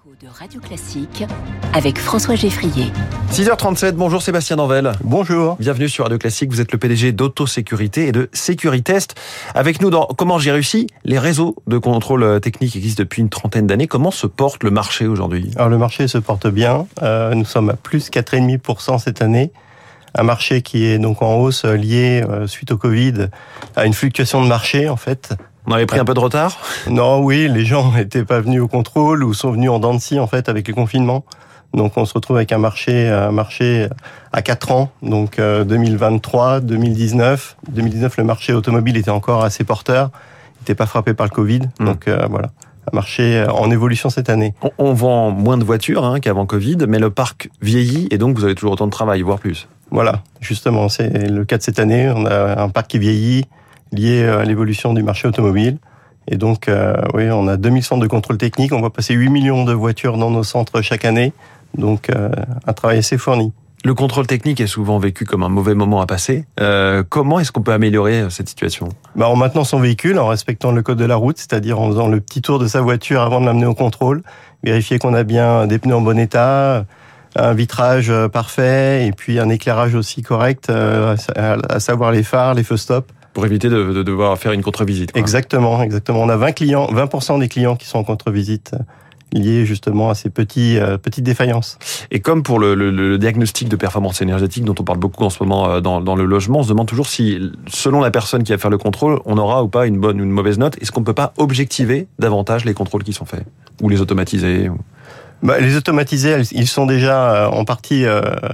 De Radio Classique avec François Geffrier. 6h37, bonjour Sébastien Danvel. Bonjour. Bienvenue sur Radio Classique, vous êtes le PDG d'Autosécurité et de Sécuritest. Avec nous dans Comment j'ai réussi, les réseaux de contrôle technique existent depuis une trentaine d'années. Comment se porte le marché aujourd'hui ? Alors le marché se porte bien, nous sommes à plus 4,5% cette année. Un marché qui est donc en hausse lié, suite au Covid, à une fluctuation de marché en fait. On avait pris un peu de retard ? Non, oui, les gens n'étaient pas venus au contrôle ou sont venus en dents de scie en fait avec les confinements. Donc on se retrouve avec un marché à 4 ans, donc 2023, 2019. 2019, le marché automobile était encore assez porteur, il n'était pas frappé par le Covid. Donc voilà, un marché en évolution cette année. On vend moins de voitures qu'avant Covid, mais le parc vieillit et donc vous avez toujours autant de travail, voire plus. Voilà, justement, c'est le cas de cette année. On a un parc qui vieillit, lié à l'évolution du marché automobile. Et donc, oui, on a 2000 centres de contrôle technique. On va passer 8 millions de voitures dans nos centres chaque année. Donc, un travail assez fourni. Le contrôle technique est souvent vécu comme un mauvais moment à passer. Comment est-ce qu'on peut améliorer cette situation ? En maintenant son véhicule, en respectant le code de la route, c'est-à-dire en faisant le petit tour de sa voiture avant de l'amener au contrôle, vérifier qu'on a bien des pneus en bon état, un vitrage parfait et puis un éclairage aussi correct, à savoir les phares, les feux stop. Pour éviter de devoir faire une contre-visite. Exactement. On a 20% des clients qui sont en contre-visite liés justement à ces petites défaillances. Et comme pour le diagnostic de performance énergétique dont on parle beaucoup en ce moment dans le logement, on se demande toujours si, selon la personne qui va faire le contrôle, on aura ou pas une bonne ou une mauvaise note. Est-ce qu'on ne peut pas objectiver davantage les contrôles qui sont faits ? Ou les automatiser Les automatisés, ils sont déjà en partie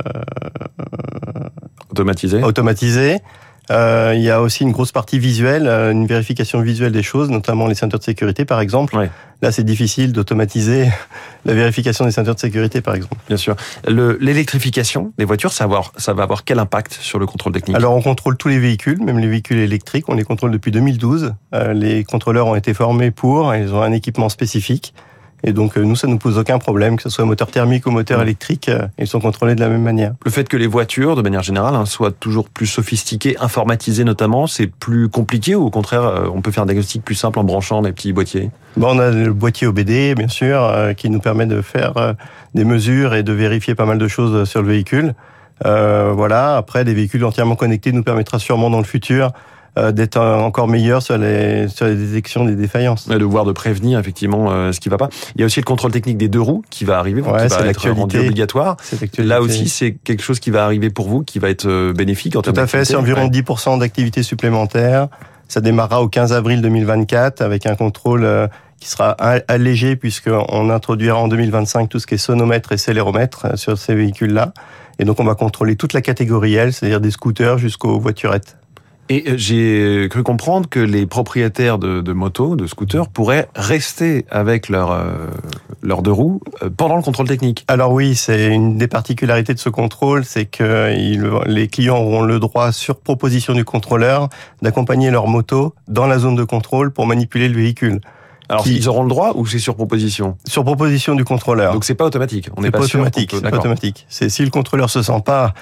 automatisés. Il y a aussi une grosse partie visuelle, une vérification visuelle des choses, notamment les ceintures de sécurité par exemple. Ouais. Là, c'est difficile d'automatiser la vérification des ceintures de sécurité par exemple. Bien sûr. L'électrification des voitures, ça va avoir quel impact sur le contrôle technique ? Alors, on contrôle tous les véhicules, même les véhicules électriques. On les contrôle depuis 2012. Les contrôleurs ont été formés ils ont un équipement spécifique. Et donc, nous, ça nous pose aucun problème, que ce soit moteur thermique ou moteur électrique, ils sont contrôlés de la même manière. Le fait que les voitures, de manière générale, soient toujours plus sophistiquées, informatisées notamment, c'est plus compliqué ou au contraire, on peut faire un diagnostic plus simple en branchant des petits boîtiers ? On a le boîtier OBD, bien sûr, qui nous permet de faire des mesures et de vérifier pas mal de choses sur le véhicule. Voilà. Après, des véhicules entièrement connectés nous permettra sûrement dans le futur d'être encore meilleur sur les détections des défaillances. De voir, de prévenir effectivement ce qui va pas. Il y a aussi le contrôle technique des 2 roues qui va arriver, qui va être rendu obligatoire. Là aussi, c'est quelque chose qui va arriver pour vous, qui va être bénéfique en termes d'activité. Tout à fait, c'est environ 10% d'activité supplémentaire. Ça démarrera au 15 avril 2024 avec un contrôle qui sera allégé puisqu'on introduira en 2025 tout ce qui est sonomètre et céléromètre sur ces véhicules-là. Et donc on va contrôler toute la catégorie L, c'est-à-dire des scooters jusqu'aux voiturettes. Et j'ai cru comprendre que les propriétaires de motos, de scooters, pourraient rester avec leurs 2 roues pendant le contrôle technique. Alors oui, c'est une des particularités de ce contrôle, c'est que les clients auront le droit, sur proposition du contrôleur, d'accompagner leur moto dans la zone de contrôle pour manipuler le véhicule. Alors, ils auront le droit ou c'est sur proposition ? Sur proposition du contrôleur. Donc c'est pas automatique. C'est pas automatique. C'est si le contrôleur se sent pas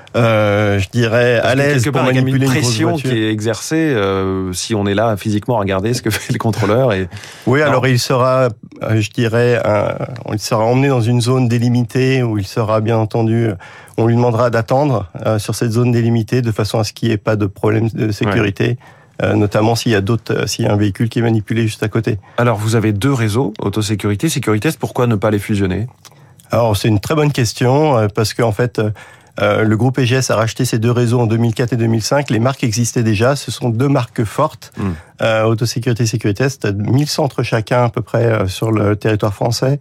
je dirais à l'aise pour manipuler une pression qui est exercée si on est là physiquement à regarder ce que fait le contrôleur. Oui, alors il sera, il sera emmené dans une zone délimitée où il sera bien entendu, on lui demandera d'attendre sur cette zone délimitée de façon à ce qu'il n'y ait pas de problème de sécurité. Ouais. Notamment s'il y a un véhicule qui est manipulé juste à côté. Alors vous avez 2 réseaux, Autosécurité, Sécuritest, pourquoi ne pas les fusionner ? Alors c'est une très bonne question parce qu'en fait le groupe EGS a racheté ces 2 réseaux en 2004 et 2005. Les marques existaient déjà. Ce sont 2 marques fortes. Autosécurité et Sécuritest, 1000 centres chacun à peu près sur le territoire français.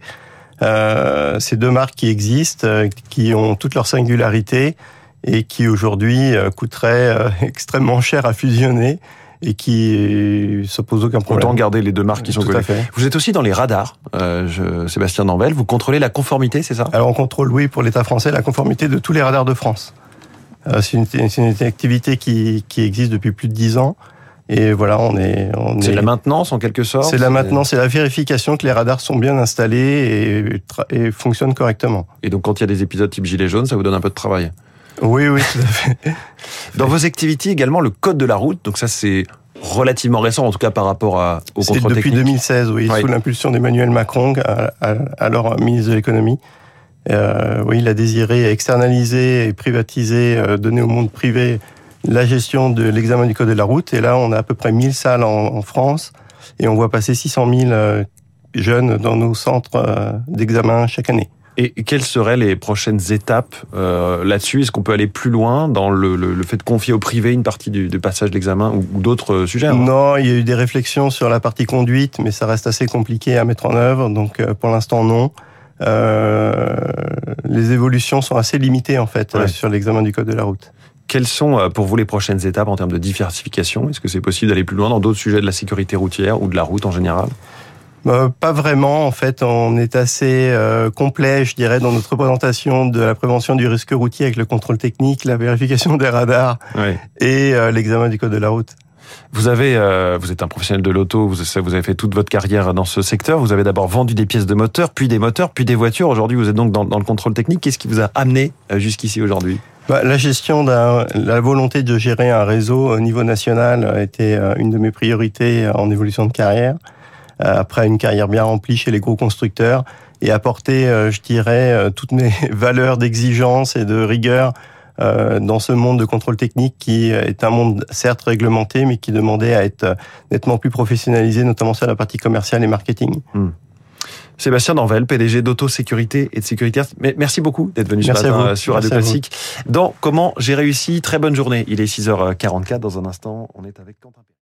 Ces 2 marques qui existent, qui ont toutes leurs singularités et qui aujourd'hui coûteraient extrêmement cher à fusionner. Et qui se pose aucun problème. Autant garder les 2 marques qui sont connues. Vous êtes aussi dans les radars, Sébastien Danvel. Vous contrôlez la conformité, c'est ça ? Alors on contrôle, oui, pour l'État français, la conformité de tous les radars de France. C'est une activité qui existe depuis plus de 10 ans. Et voilà, c'est la maintenance en quelque sorte. C'est la maintenance, c'est la vérification que les radars sont bien installés et fonctionnent correctement. Et donc quand il y a des épisodes type gilet jaune, ça vous donne un peu de travail ? Oui, tout à fait. Dans vos activités également, le code de la route, donc ça c'est relativement récent, en tout cas par rapport au contrôle technique. C'est depuis 2016, oui, sous l'impulsion d'Emmanuel Macron, alors ministre de l'économie. Oui, il a désiré externaliser et privatiser, donner au monde privé la gestion de l'examen du code de la route. Et là, on a à peu près 1000 salles en France et on voit passer 600 000 jeunes dans nos centres d'examen chaque année. Et quelles seraient les prochaines étapes là-dessus? Est-ce qu'on peut aller plus loin dans le fait de confier au privé une partie du passage de l'examen ou d'autres sujets? Non, il y a eu des réflexions sur la partie conduite, mais ça reste assez compliqué à mettre en œuvre. Donc, pour l'instant, non. Les évolutions sont assez limitées, en fait, sur l'examen du code de la route. Quelles sont pour vous les prochaines étapes en termes de diversification? Est-ce que c'est possible d'aller plus loin dans d'autres sujets de la sécurité routière ou de la route en général? Pas vraiment, en fait, on est assez complet, je dirais, dans notre représentation de la prévention du risque routier avec le contrôle technique, la vérification des radars et l'examen du code de la route. Vous êtes un professionnel de l'auto, vous avez fait toute votre carrière dans ce secteur, vous avez d'abord vendu des pièces de moteur, puis des moteurs, puis des voitures. Aujourd'hui, vous êtes donc dans le contrôle technique. Qu'est-ce qui vous a amené jusqu'ici aujourd'hui? La gestion la volonté de gérer un réseau au niveau national a été une de mes priorités en évolution de carrière. Après une carrière bien remplie chez les gros constructeurs et apporter, je dirais, toutes mes valeurs d'exigence et de rigueur dans ce monde de contrôle technique qui est un monde certes réglementé, mais qui demandait à être nettement plus professionnalisé, notamment sur la partie commerciale et marketing. Sébastien Danvel, PDG d'Auto-Sécurité et de Sécuritaire. Merci beaucoup d'être venu ce matin sur Radio Classique. Dans Comment j'ai réussi, très bonne journée. Il est 6h44. Dans un instant, on est avec Quentin.